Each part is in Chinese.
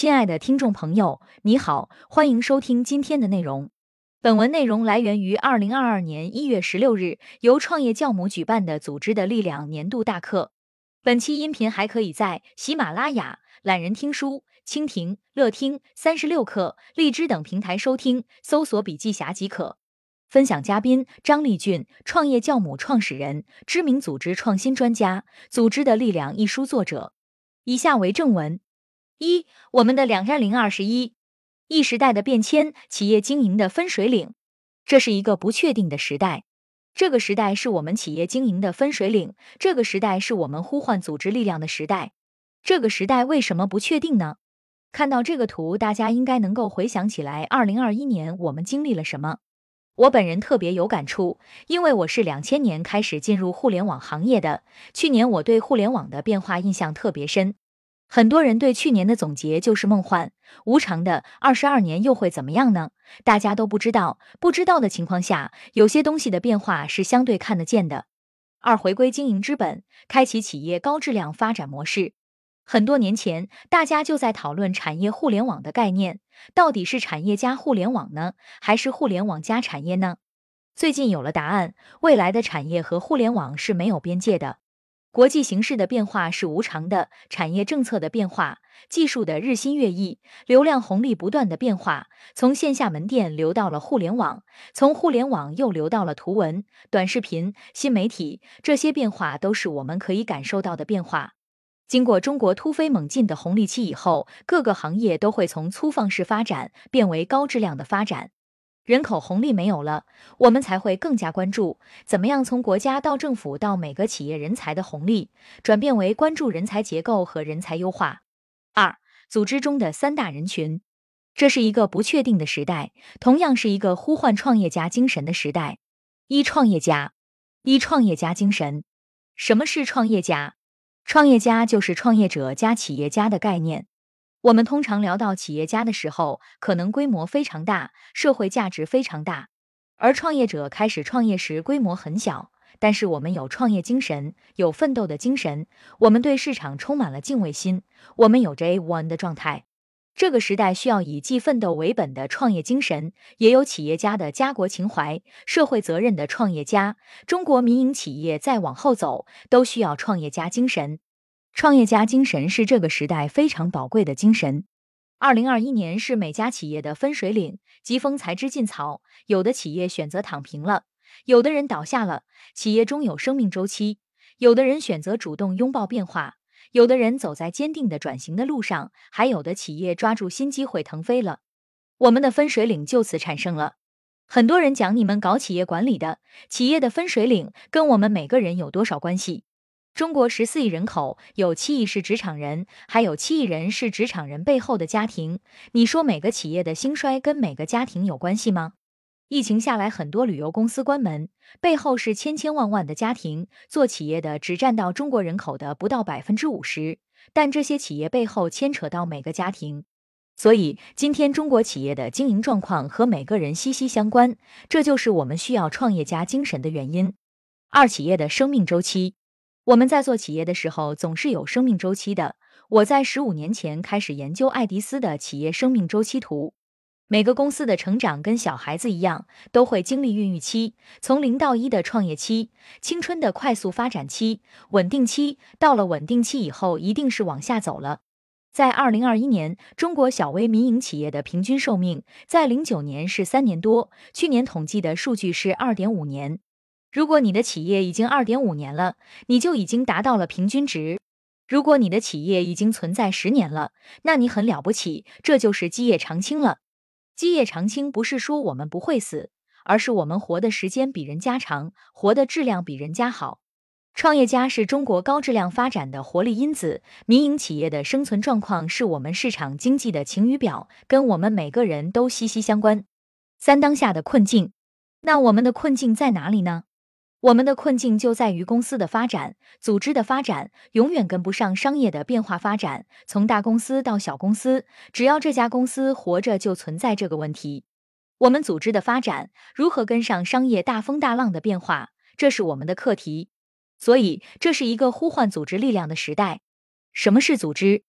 亲爱的听众朋友，你好，欢迎收听今天的内容。本文内容来源于2022年1月16日由创业教母举办的《组织的力量》年度大课。本期音频还可以在喜马拉雅、懒人听书、蜻蜓、乐听、36课、荔枝等平台收听，搜索笔记侠即可。分享嘉宾张丽俊，创业教母创始人，知名组织创新专家，《组织的力量》一书作者。以下为正文。我们的2021E时代的变迁，企业经营的分水岭。这是一个不确定的时代，这个时代是我们企业经营的分水岭，这个时代是我们呼唤组织力量的时代。这个时代为什么不确定呢？看到这个图，大家应该能够回想起来2021年我们经历了什么。我本人特别有感触，因为我是2000年开始进入互联网行业的，去年我对互联网的变化印象特别深。很多人对去年的总结就是梦幻无常的22年又会怎么样呢？大家都不知道，不知道的情况下，有些东西的变化是相对看得见的。回归经营之本，开启企业高质量发展模式。很多年前，大家就在讨论产业互联网的概念，到底是产业加互联网呢，还是互联网加产业呢？最近有了答案，未来的产业和互联网是没有边界的。国际形势的变化是无常的，产业政策的变化，技术的日新月异，流量红利不断的变化，从线下门店流到了互联网，从互联网又流到了图文、短视频、新媒体，这些变化都是我们可以感受到的变化。经过中国突飞猛进的红利期以后，各个行业都会从粗放式发展变为高质量的发展。人口红利没有了，我们才会更加关注怎么样从国家到政府到每个企业人才的红利，转变为关注人才结构和人才优化。组织中的三大人群。这是一个不确定的时代，同样是一个呼唤创业家精神的时代。创业家精神。什么是创业家？创业家就是创业者加企业家的概念。我们通常聊到企业家的时候，可能规模非常大，社会价值非常大，而创业者开始创业时规模很小，但是我们有创业精神，有奋斗的精神，我们对市场充满了敬畏心，我们有着 A1 的状态。这个时代需要以既奋斗为本的创业精神，也有企业家的家国情怀、社会责任的创业家。中国民营企业再往后走，都需要创业家精神。创业家精神是这个时代非常宝贵的精神。2021年是每家企业的分水岭，疾风才知劲草，有的企业选择躺平了，有的人倒下了，企业终有生命周期，有的人选择主动拥抱变化，有的人走在坚定的转型的路上，还有的企业抓住新机会腾飞了。我们的分水岭就此产生了。很多人讲你们搞企业管理的，企业的分水岭跟我们每个人有多少关系？中国14亿人口，有7亿是职场人，还有7亿人是职场人背后的家庭。你说每个企业的兴衰跟每个家庭有关系吗？疫情下来，很多旅游公司关门，背后是千千万万的家庭。做企业的只占到中国人口的不到50%，但这些企业背后牵扯到每个家庭。所以，今天中国企业的经营状况和每个人息息相关，这就是我们需要创业家精神的原因。企业的生命周期。我们在做企业的时候总是有生命周期的。我在15年前开始研究爱迪斯的企业生命周期图。每个公司的成长跟小孩子一样，都会经历孕育期，从0到1的创业期，青春的快速发展期，稳定期，到了稳定期以后一定是往下走了。在2021年，中国小微民营企业的平均寿命在09年是3年多，去年统计的数据是2.5年。如果你的企业已经2.5年了，你就已经达到了平均值。如果你的企业已经存在10年了，那你很了不起，这就是基业长青了。基业长青不是说我们不会死，而是我们活的时间比人家长，活的质量比人家好。创业家是中国高质量发展的活力因子，民营企业的生存状况是我们市场经济的晴雨表，跟我们每个人都息息相关。当下的困境。那我们的困境在哪里呢？我们的困境就在于公司的发展，组织的发展永远跟不上商业的变化发展，从大公司到小公司，只要这家公司活着就存在这个问题。我们组织的发展如何跟上商业大风大浪的变化，这是我们的课题。所以这是一个呼唤组织力量的时代。什么是组织？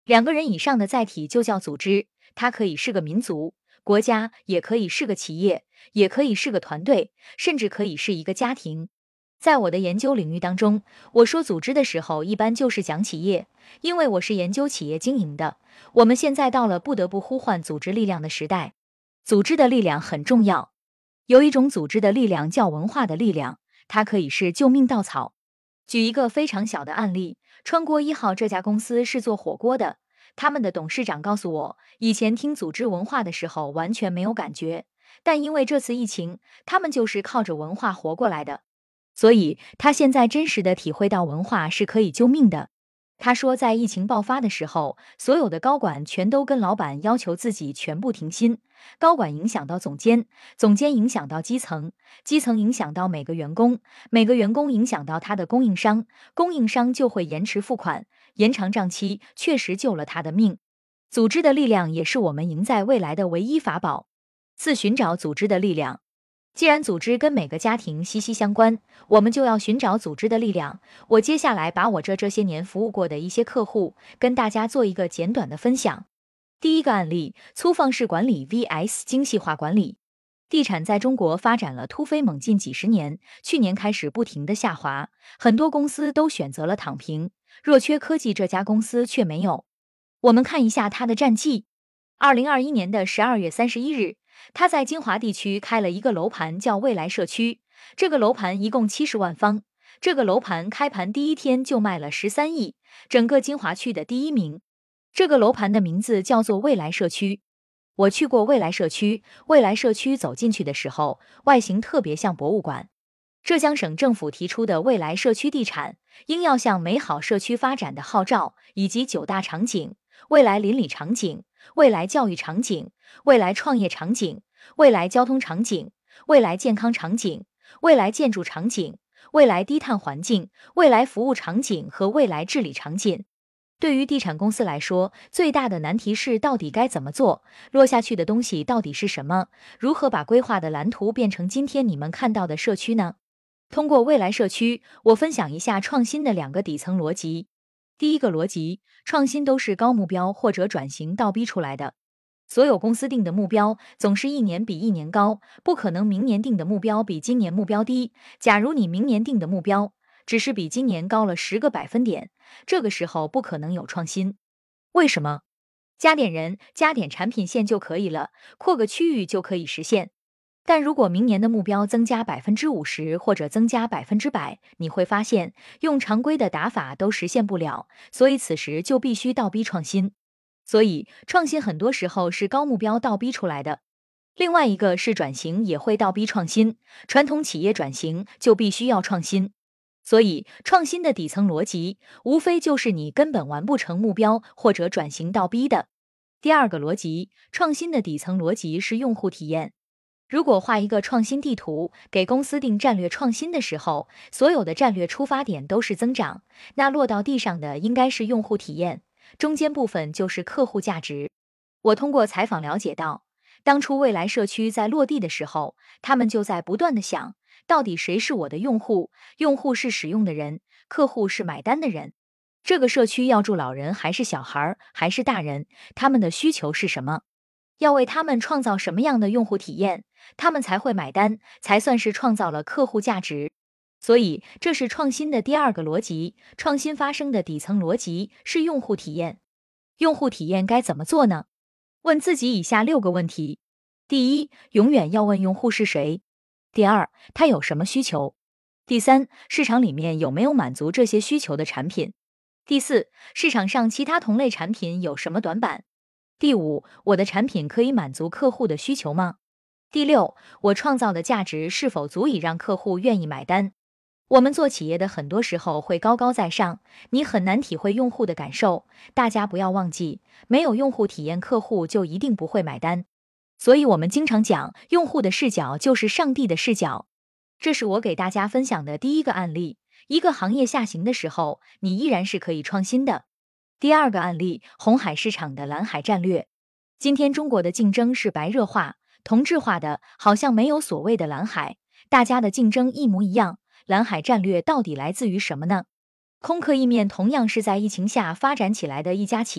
2个人以上的载体就叫组织，它可以是个民族、国家，也可以是个企业，也可以是个团队，甚至可以是一个家庭。在我的研究领域当中，我说组织的时候，一般就是讲企业，因为我是研究企业经营的。我们现在到了不得不呼唤组织力量的时代，组织的力量很重要。有一种组织的力量叫文化的力量，它可以是救命稻草。举一个非常小的案例，川锅一号这家公司是做火锅的，他们的董事长告诉我，以前听组织文化的时候完全没有感觉，但因为这次疫情，他们就是靠着文化活过来的。所以他现在真实的体会到文化是可以救命的。他说，在疫情爆发的时候，所有的高管全都跟老板要求自己全部停薪，高管影响到总监，总监影响到基层，基层影响到每个员工，每个员工影响到他的供应商，供应商就会延迟付款，延长账期，确实救了他的命。组织的力量也是我们赢在未来的唯一法宝。4、寻找组织的力量。既然组织跟每个家庭息息相关，我们就要寻找组织的力量。我接下来把我这些年服务过的一些客户跟大家做一个简短的分享。第一个案例，粗放式管理 vs 精细化管理。地产在中国发展了突飞猛进几十年，去年开始不停的下滑，很多公司都选择了躺平，若缺科技这家公司却没有。我们看一下它的战绩。2021年的12月31日，他在金华地区开了一个楼盘，叫未来社区。这个楼盘一共70万方，这个楼盘开盘第一天就卖了13亿，整个金华区的第1名。这个楼盘的名字叫做未来社区。我去过未来社区，未来社区走进去的时候，外形特别像博物馆。浙江省政府提出的未来社区地产，应要向美好社区发展的号召，以及9大场景：未来邻里场景、未来教育场景、未来创业场景、未来交通场景、未来健康场景、未来建筑场景、未来低碳环境、未来服务场景和未来治理场景。对于地产公司来说，最大的难题是到底该怎么做，落下去的东西到底是什么，如何把规划的蓝图变成今天你们看到的社区呢？通过未来社区，我分享一下创新的2个底层逻辑。第一个逻辑，创新都是高目标或者转型倒逼出来的。所有公司定的目标总是1年比1年高，不可能明年定的目标比今年目标低。假如你明年定的目标只是比今年高了10个百分点，这个时候不可能有创新。为什么？加点人，加点产品线就可以了，扩个区域就可以实现。但如果明年的目标增加50%或者增加100%，你会发现用常规的打法都实现不了，所以此时就必须倒逼创新。所以创新很多时候是高目标倒逼出来的。另外一个是转型也会倒逼创新，传统企业转型就必须要创新。所以创新的底层逻辑无非就是你根本完不成目标或者转型倒逼的。第二个逻辑，创新的底层逻辑是用户体验。如果画一个创新地图，给公司定战略创新的时候，所有的战略出发点都是增长，那落到地上的应该是用户体验，中间部分就是客户价值。我通过采访了解到，当初未来社区在落地的时候，他们就在不断的想，到底谁是我的用户？用户是使用的人，客户是买单的人。这个社区要住老人还是小孩还是大人？他们的需求是什么？要为他们创造什么样的用户体验，他们才会买单，才算是创造了客户价值。所以这是创新的第二个逻辑，创新发生的底层逻辑是用户体验。用户体验该怎么做呢？问自己以下6个问题。第一，永远要问用户是谁。第二，他有什么需求。第三，市场里面有没有满足这些需求的产品。第四，市场上其他同类产品有什么短板。第五，我的产品可以满足客户的需求吗？第六，我创造的价值是否足以让客户愿意买单？我们做企业的很多时候会高高在上，你很难体会用户的感受。大家不要忘记，没有用户体验，客户就一定不会买单。所以我们经常讲，用户的视角就是上帝的视角。这是我给大家分享的第一个案例。一个行业下行的时候，你依然是可以创新的。第二个案例，红海市场的蓝海战略。今天中国的竞争是白热化、同质化的，好像没有所谓的蓝海，大家的竞争一模一样。蓝海战略到底来自于什么呢？空客意面同样是在疫情下发展起来的一家企业，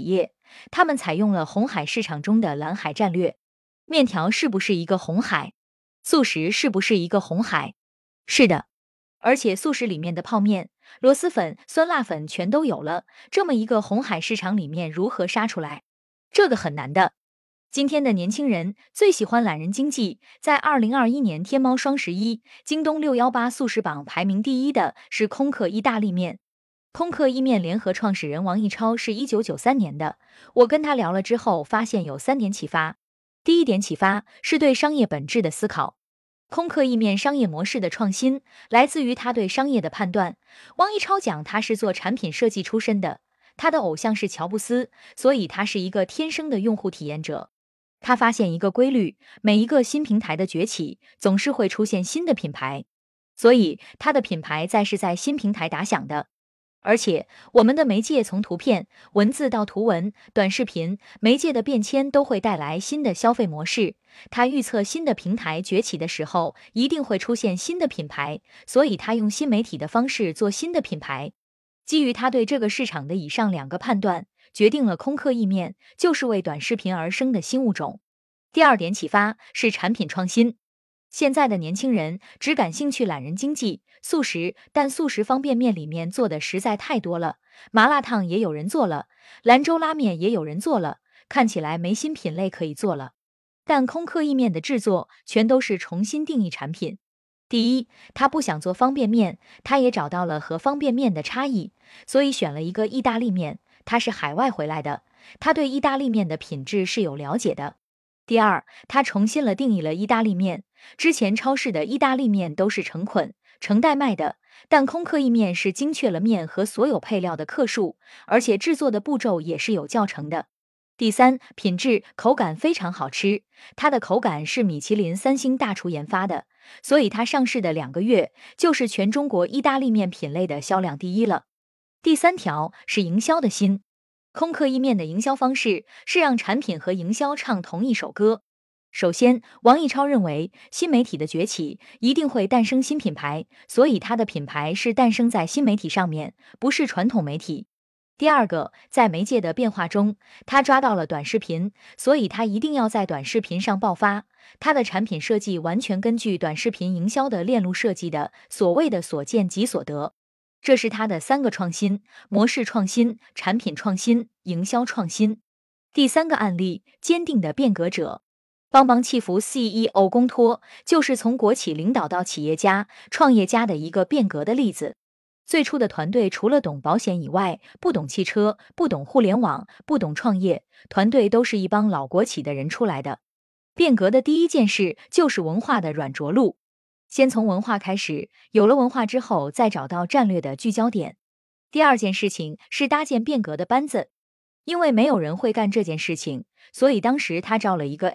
他们采用了红海市场中的蓝海战略。面条是不是一个红海？速食是不是一个红海？是的，而且速食里面的泡面、螺蛳粉、酸辣粉全都有了。这么一个红海市场里面如何杀出来？这个很难的。今天的年轻人最喜欢懒人经济，在2021年天猫双11、京东618速食榜排名第一的是空客意大利面。空客意面联合创始人王逸超是1993年的，我跟他聊了之后，发现有3点启发。第一点启发是对商业本质的思考。空客意面商业模式的创新来自于他对商业的判断。王逸超讲他是做产品设计出身的，他的偶像是乔布斯，所以他是一个天生的用户体验者。他发现一个规律，每一个新平台的崛起，总是会出现新的品牌，所以他的品牌是在新平台打响的。而且，我们的媒介从图片、文字到图文、短视频，媒介的变迁都会带来新的消费模式。他预测新的平台崛起的时候，一定会出现新的品牌，所以他用新媒体的方式做新的品牌。基于他对这个市场的以上2个判断，决定了空客意面就是为短视频而生的新物种。第二点启发是产品创新。现在的年轻人只感兴趣懒人经济、速食，但速食方便面里面做的实在太多了，麻辣烫也有人做了，兰州拉面也有人做了，看起来没新品类可以做了。但空客意面的制作全都是重新定义产品。第一，他不想做方便面，他也找到了和方便面的差异，所以选了一个意大利面。他是海外回来的，他对意大利面的品质是有了解的。第二，他重新了定义了意大利面。之前超市的意大利面都是成捆、成袋卖的，但空客意面是精确了面和所有配料的克数，而且制作的步骤也是有教程的。第三，品质口感非常好吃，它的口感是米其林3星大厨研发的，所以它上市的2个月就是全中国意大利面品类的销量第一了。第三条是营销的心。空客意面的营销方式是让产品和营销唱同一首歌。首先，王逸超认为新媒体的崛起一定会诞生新品牌，所以他的品牌是诞生在新媒体上面，不是传统媒体。第二个，在媒介的变化中，他抓到了短视频，所以他一定要在短视频上爆发。他的产品设计完全根据短视频营销的链路设计的，所谓的所见即所得。这是他的3个创新：模式创新、产品创新、营销创新。第3个案例，坚定的变革者。帮帮祈福 CEO 公托就是从国企领导到企业家、创业家的一个变革的例子。最初的团队除了懂保险以外，不懂汽车，不懂互联网，不懂创业，团队都是一帮老国企的人出来的。变革的第一件事就是文化的软着陆。先从文化开始，有了文化之后，再找到战略的聚焦点。第二件事情是搭建变革的班子，因为没有人会干这件事情，所以当时他招了一个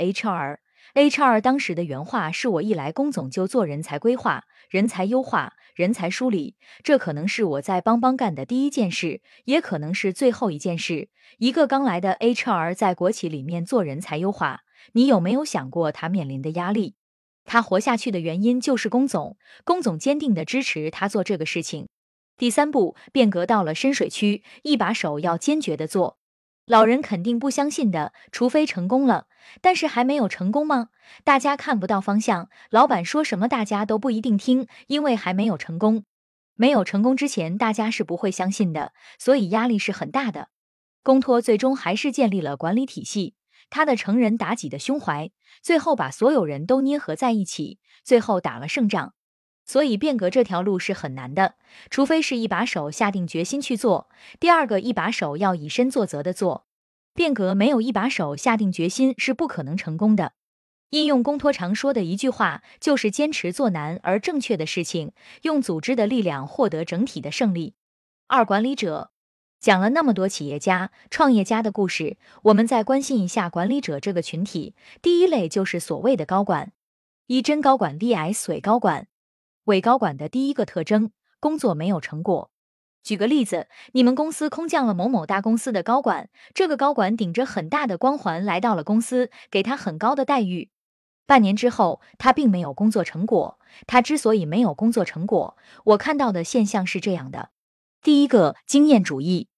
HR。HR 当时的原话是：我一来龚总就做人才规划、人才优化、人才梳理，这可能是我在帮帮干的第一件事，也可能是最后一件事。一个刚来的 HR 在国企里面做人才优化，你有没有想过他面临的压力？他活下去的原因就是龚总，龚总坚定地支持他做这个事情。第3步，变革到了深水区，一把手要坚决地做。老人肯定不相信的，除非成功了。但是还没有成功吗？大家看不到方向，老板说什么大家都不一定听，因为还没有成功。没有成功之前，大家是不会相信的，所以压力是很大的。公托最终还是建立了管理体系，他的成人达己的胸怀，最后把所有人都捏合在一起，最后打了胜仗。所以变革这条路是很难的，除非是一把手下定决心去做。第二个，一把手要以身作则的做。变革没有一把手下定决心是不可能成功的。应用公托常说的一句话，就是坚持做难而正确的事情，用组织的力量获得整体的胜利。二，管理者。讲了那么多企业家、创业家的故事，我们再关心一下管理者这个群体。第一类就是所谓的高管。一，真高管 vs 伪高管。伪高管的第一个特征，工作没有成果。举个例子，你们公司空降了某某大公司的高管，这个高管顶着很大的光环来到了公司，给他很高的待遇。半年之后，他并没有工作成果。他之所以没有工作成果，我看到的现象是这样的：第一个，经验主义。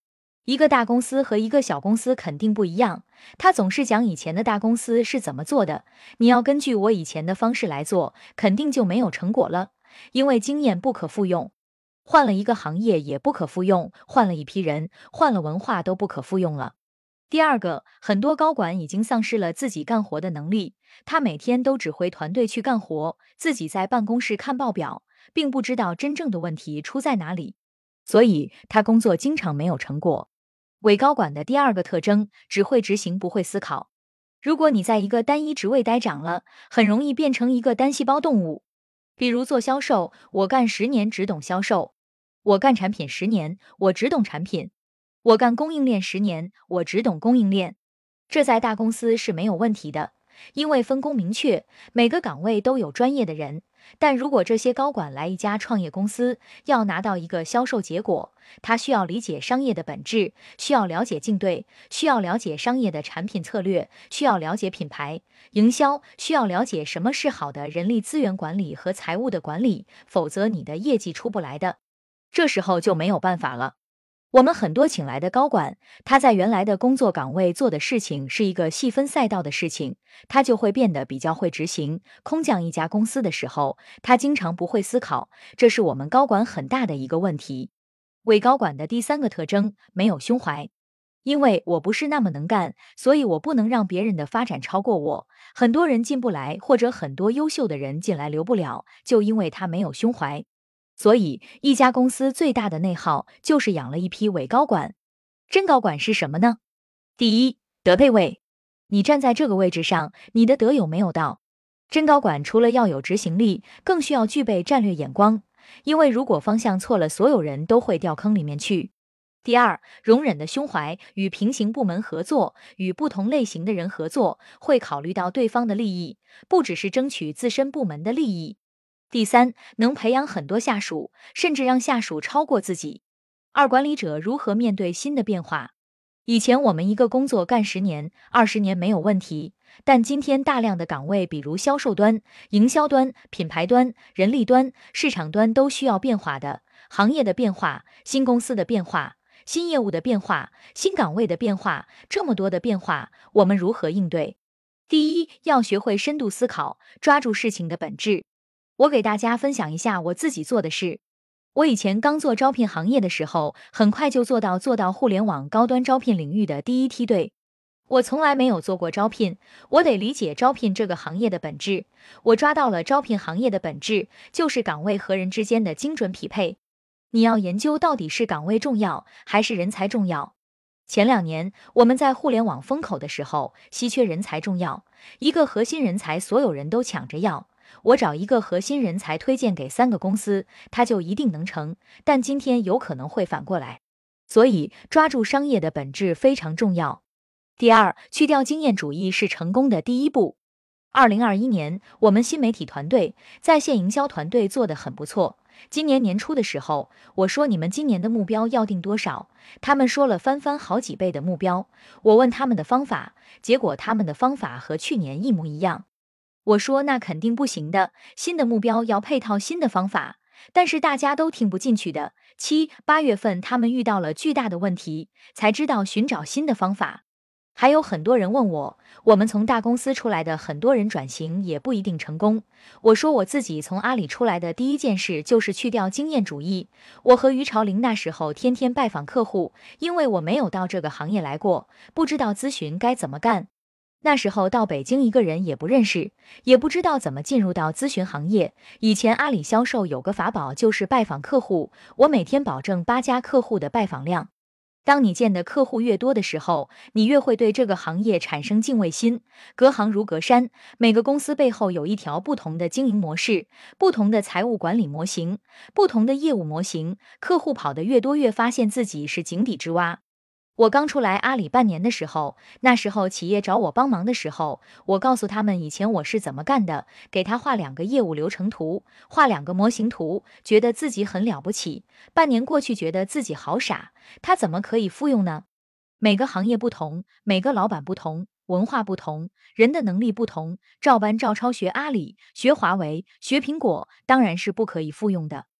一个大公司和一个小公司肯定不一样，他总是讲以前的大公司是怎么做的，你要根据我以前的方式来做，肯定就没有成果了，因为经验不可复用。换了一个行业也不可复用，换了一批人，换了文化都不可复用了。第二个，很多高管已经丧失了自己干活的能力，他每天都指挥团队去干活，自己在办公室看报表，并不知道真正的问题出在哪里，所以他工作经常没有成果。伪高管的第二个特征，只会执行不会思考。如果你在一个单一职位待长了，很容易变成一个单细胞动物。比如做销售，我干10年只懂销售；我干产品10年，我只懂产品；我干供应链10年，我只懂供应链。这在大公司是没有问题的，因为分工明确，每个岗位都有专业的人。但如果这些高管来一家创业公司，要拿到一个销售结果，他需要理解商业的本质，需要了解竞对，需要了解商业的产品策略，需要了解品牌营销，需要了解什么是好的人力资源管理和财务的管理，否则你的业绩出不来的。这时候就没有办法了。我们很多请来的高管，他在原来的工作岗位做的事情是一个细分赛道的事情，他就会变得比较会执行。空降一家公司的时候，他经常不会思考，这是我们高管很大的一个问题。伪高管的第三个特征，没有胸怀。因为我不是那么能干，所以我不能让别人的发展超过我。很多人进不来，或者很多优秀的人进来留不了，就因为他没有胸怀。所以，一家公司最大的内耗就是养了一批伪高管。真高管是什么呢？第一，德配位。你站在这个位置上，你的德有没有到？真高管除了要有执行力，更需要具备战略眼光，因为如果方向错了，所有人都会掉坑里面去。第二，容忍的胸怀，与平行部门合作，与不同类型的人合作，会考虑到对方的利益，不只是争取自身部门的利益。第三，能培养很多下属，甚至让下属超过自己。二，管理者如何面对新的变化？以前我们一个工作干10年、20年没有问题，但今天大量的岗位，比如销售端、营销端、品牌端、人力端、市场端都需要变化的。行业的变化、新公司的变化、新业务的变化、新岗位的变化，这么多的变化，我们如何应对？第一，要学会深度思考，抓住事情的本质。我给大家分享一下我自己做的事。我以前刚做招聘行业的时候，很快就做到互联网高端招聘领域的第一梯队。我从来没有做过招聘，我得理解招聘这个行业的本质。我抓到了招聘行业的本质，就是岗位和人之间的精准匹配。你要研究到底是岗位重要，还是人才重要。前2年我们在互联网风口的时候，稀缺人才重要，一个核心人才所有人都抢着要。我找一个核心人才推荐给3个公司，他就一定能成，但今天有可能会反过来。所以抓住商业的本质非常重要。第二，去掉经验主义是成功的第一步。2021年，我们新媒体团队、在线营销团队做得很不错。今年年初的时候，我说你们今年的目标要定多少？他们说了翻好几倍的目标。我问他们的方法，结果他们的方法和去年一模一样。我说那肯定不行的，新的目标要配套新的方法，但是大家都听不进去的。7、8月份他们遇到了巨大的问题，才知道寻找新的方法。还有很多人问我，我们从大公司出来的很多人转型也不一定成功。我说我自己从阿里出来的第一件事就是去掉经验主义。我和于朝林那时候天天拜访客户，因为我没有到这个行业来过，不知道咨询该怎么干。那时候到北京一个人也不认识，也不知道怎么进入到咨询行业。以前阿里销售有个法宝就是拜访客户，我每天保证8家客户的拜访量。当你见的客户越多的时候，你越会对这个行业产生敬畏心。隔行如隔山，每个公司背后有一条不同的经营模式，不同的财务管理模型，不同的业务模型。客户跑得越多，越发现自己是井底之蛙。我刚出来阿里半年的时候，那时候企业找我帮忙的时候，我告诉他们以前我是怎么干的，给他画2个业务流程图，画2个模型图，觉得自己很了不起。半年过去，觉得自己好傻，他怎么可以复用呢？每个行业不同，每个老板不同，文化不同，人的能力不同，照搬照抄学阿里、学华为、学苹果，当然是不可以复用的。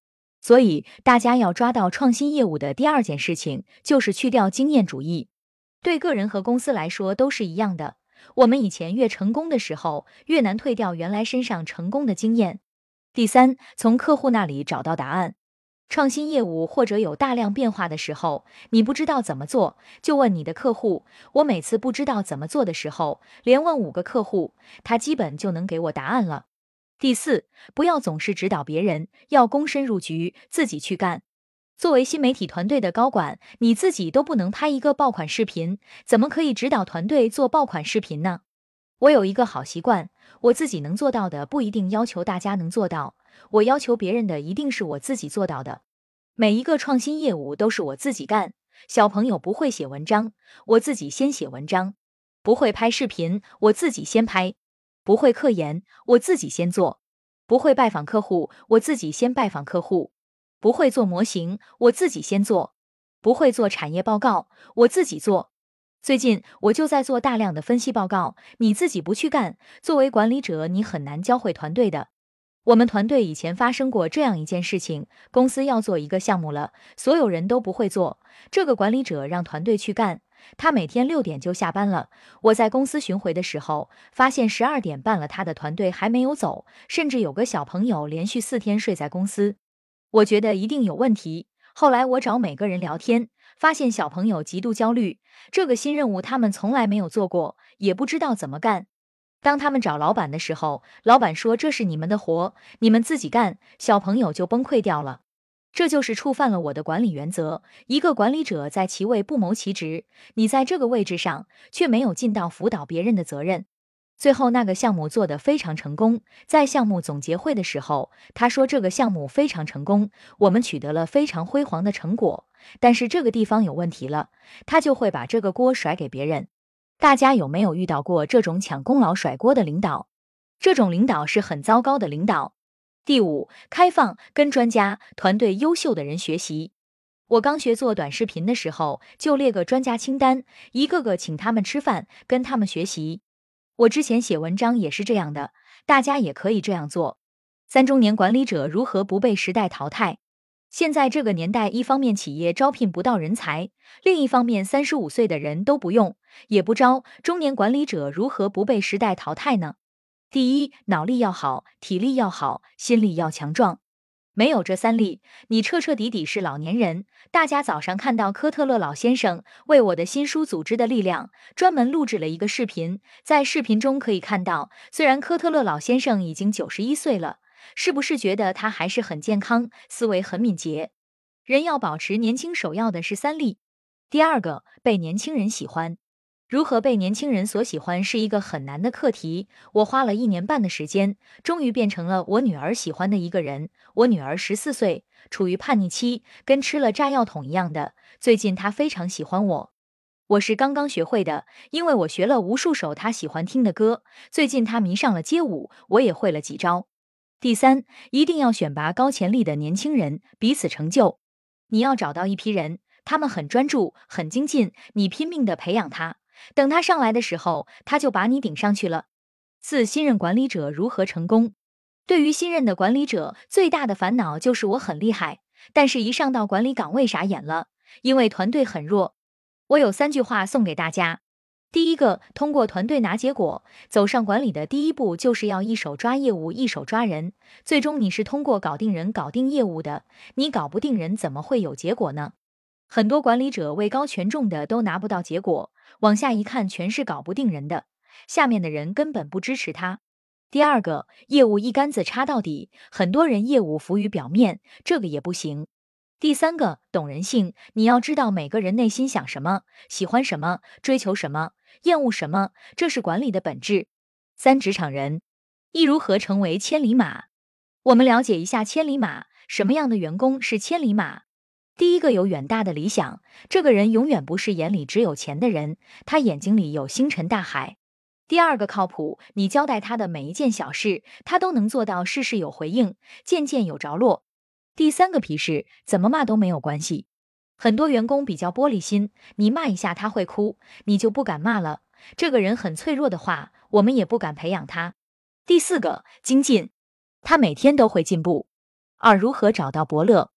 所以大家要抓到创新业务的第二件事情，就是去掉经验主义。对个人和公司来说都是一样的。我们以前越成功的时候，越难退掉原来身上成功的经验。第三，从客户那里找到答案。创新业务或者有大量变化的时候，你不知道怎么做，就问你的客户。我每次不知道怎么做的时候，连问5个客户，他基本就能给我答案了。第四，不要总是指导别人，要躬身入局，自己去干。作为新媒体团队的高管，你自己都不能拍一个爆款视频，怎么可以指导团队做爆款视频呢？我有一个好习惯，我自己能做到的不一定要求大家能做到，我要求别人的一定是我自己做到的。每一个创新业务都是我自己干，小朋友不会写文章，我自己先写文章；不会拍视频，我自己先拍；不会科研，我自己先做；不会拜访客户，我自己先拜访客户；不会做模型，我自己先做；不会做产业报告，我自己做。最近我就在做大量的分析报告，你自己不去干，作为管理者你很难教会团队的。我们团队以前发生过这样一件事情，公司要做一个项目了，所有人都不会做，这个管理者让团队去干，他每天6点就下班了。我在公司巡回的时候，发现12点半了，他的团队还没有走，甚至有个小朋友连续4天睡在公司。我觉得一定有问题。后来我找每个人聊天，发现小朋友极度焦虑，这个新任务他们从来没有做过，也不知道怎么干。当他们找老板的时候，老板说这是你们的活，你们自己干，小朋友就崩溃掉了。这就是触犯了我的管理原则。一个管理者在其位不谋其职，你在这个位置上却没有尽到辅导别人的责任。最后那个项目做得非常成功，在项目总结会的时候，他说这个项目非常成功，我们取得了非常辉煌的成果，但是这个地方有问题了，他就会把这个锅甩给别人。大家有没有遇到过这种抢功劳甩锅的领导？这种领导是很糟糕的领导。第五，开放，跟专家、团队优秀的人学习。我刚学做短视频的时候，就列个专家清单，一个个请他们吃饭，跟他们学习。我之前写文章也是这样的，大家也可以这样做。中年管理者如何不被时代淘汰？现在这个年代，一方面企业招聘不到人才，另一方面35岁的人都不用，也不招，中年管理者如何不被时代淘汰呢？第一，脑力要好，体力要好，心力要强壮。没有这3力，你彻彻底底是老年人。大家早上看到科特勒老先生为我的新书《组织的力量》专门录制了一个视频，在视频中可以看到，虽然科特勒老先生已经91岁了，是不是觉得他还是很健康，思维很敏捷？人要保持年轻，首要的是3力。第二个，被年轻人喜欢。如何被年轻人所喜欢是一个很难的课题，我花了1年半的时间，终于变成了我女儿喜欢的一个人。我女儿14岁，处于叛逆期，跟吃了炸药桶一样的。最近她非常喜欢我，我是刚刚学会的，因为我学了无数首她喜欢听的歌。最近她迷上了街舞，我也会了几招。第三，一定要选拔高潜力的年轻人，彼此成就。你要找到一批人，他们很专注，很精进，你拼命的培养他。等他上来的时候，他就把你顶上去了。4. 新任管理者如何成功？对于新任的管理者，最大的烦恼就是我很厉害，但是一上到管理岗位傻眼了，因为团队很弱。我有3句话送给大家。第一个，通过团队拿结果，走上管理的第一步就是要一手抓业务，一手抓人，最终你是通过搞定人搞定业务的，你搞不定人怎么会有结果呢？很多管理者位高权重的都拿不到结果，往下一看全是搞不定人的，下面的人根本不支持他。第二个，业务一竿子插到底，很多人业务浮于表面，这个也不行。第三个，懂人性，你要知道每个人内心想什么，喜欢什么，追求什么，厌恶什么，这是管理的本质。3. 职场人一如何成为千里马？我们了解一下千里马，什么样的员工是千里马？第一个有远大的理想，这个人永远不是眼里只有钱的人，他眼睛里有星辰大海。第二个靠谱，你交代他的每一件小事，他都能做到事事有回应，件件有着落。第三个皮实，怎么骂都没有关系。很多员工比较玻璃心，你骂一下他会哭，你就不敢骂了。这个人很脆弱的话，我们也不敢培养他。第4个精进，他每天都会进步。2. 如何找到伯乐？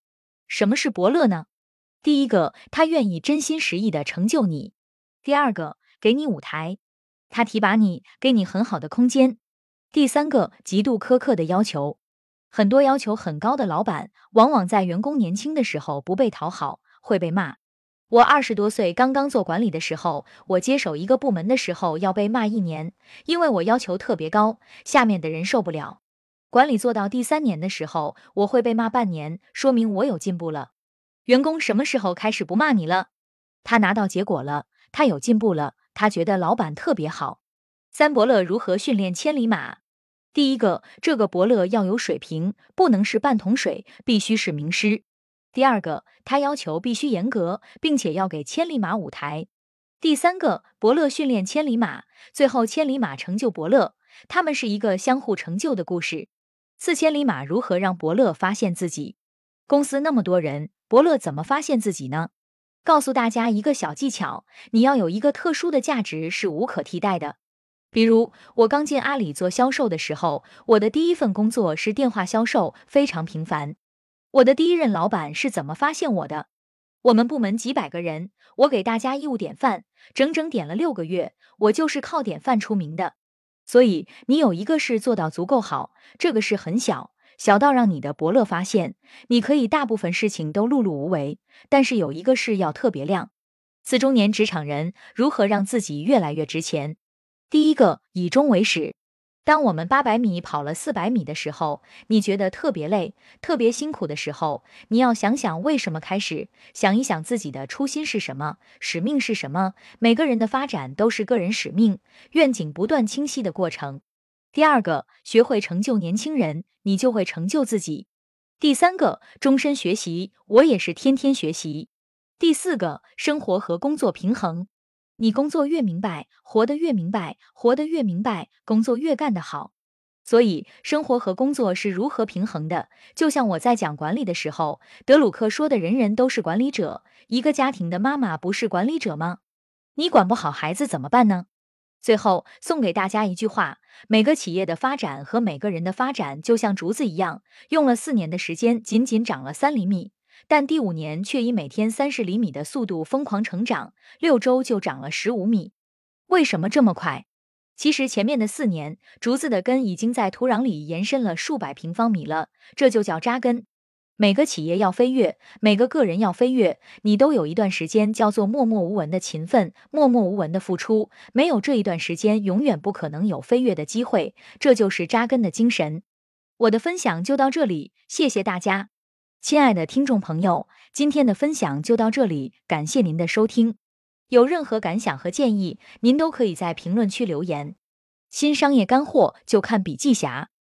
什么是伯乐呢？第一个，他愿意真心实意的成就你；第二个，给你舞台，他提拔你，给你很好的空间；第三个，极度苛刻的要求。很多要求很高的老板，往往在员工年轻的时候不被讨好，会被骂。我20多岁刚刚做管理的时候，我接手一个部门的时候要被骂1年，因为我要求特别高，下面的人受不了。管理做到第3年的时候，我会被骂半年，说明我有进步了。员工什么时候开始不骂你了？他拿到结果了，他有进步了，他觉得老板特别好。三伯乐如何训练千里马？第一个，这个伯乐要有水平，不能是半桶水，必须是名师。第二个，他要求必须严格，并且要给千里马舞台。第三个，伯乐训练千里马，最后千里马成就伯乐，他们是一个相互成就的故事。四千里马如何让伯乐发现自己？公司那么多人，伯乐怎么发现自己呢？告诉大家一个小技巧，你要有一个特殊的价值是无可替代的。比如，我刚进阿里做销售的时候，我的第一份工作是电话销售，非常频繁。我的第一任老板是怎么发现我的？我们部门几百个人，我给大家义务点饭，整整点了6个月，我就是靠点饭出名的。所以，你有一个事做到足够好，这个事很小，小到让你的伯乐发现，你可以大部分事情都碌碌无为，但是有一个事要特别亮。4中年职场人如何让自己越来越值钱？第一个，以终为始。当我们800米跑了400米的时候，你觉得特别累、特别辛苦的时候，你要想想为什么开始，想一想自己的初心是什么，使命是什么。每个人的发展都是个人使命、愿景不断清晰的过程。第二个，学会成就年轻人，你就会成就自己。第三个，终身学习，我也是天天学习。第四个，生活和工作平衡。你工作越明白，活得越明白，活得越明白，工作越干得好。所以，生活和工作是如何平衡的？就像我在讲管理的时候，德鲁克说的人人都是管理者，一个家庭的妈妈不是管理者吗？你管不好孩子怎么办呢？最后送给大家一句话：每个企业的发展和每个人的发展就像竹子一样，用了4年的时间，仅仅长了3厘米。但第5年却以每天30厘米的速度疯狂成长，6周就长了15米。为什么这么快？其实前面的4年，竹子的根已经在土壤里延伸了数百平方米了，这就叫扎根。每个企业要飞跃，每个个人要飞跃，你都有一段时间叫做默默无闻的勤奋，默默无闻的付出。没有这一段时间，永远不可能有飞跃的机会。这就是扎根的精神。我的分享就到这里，谢谢大家。亲爱的听众朋友，今天的分享就到这里，感谢您的收听。有任何感想和建议，您都可以在评论区留言。新商业干货就看笔记侠。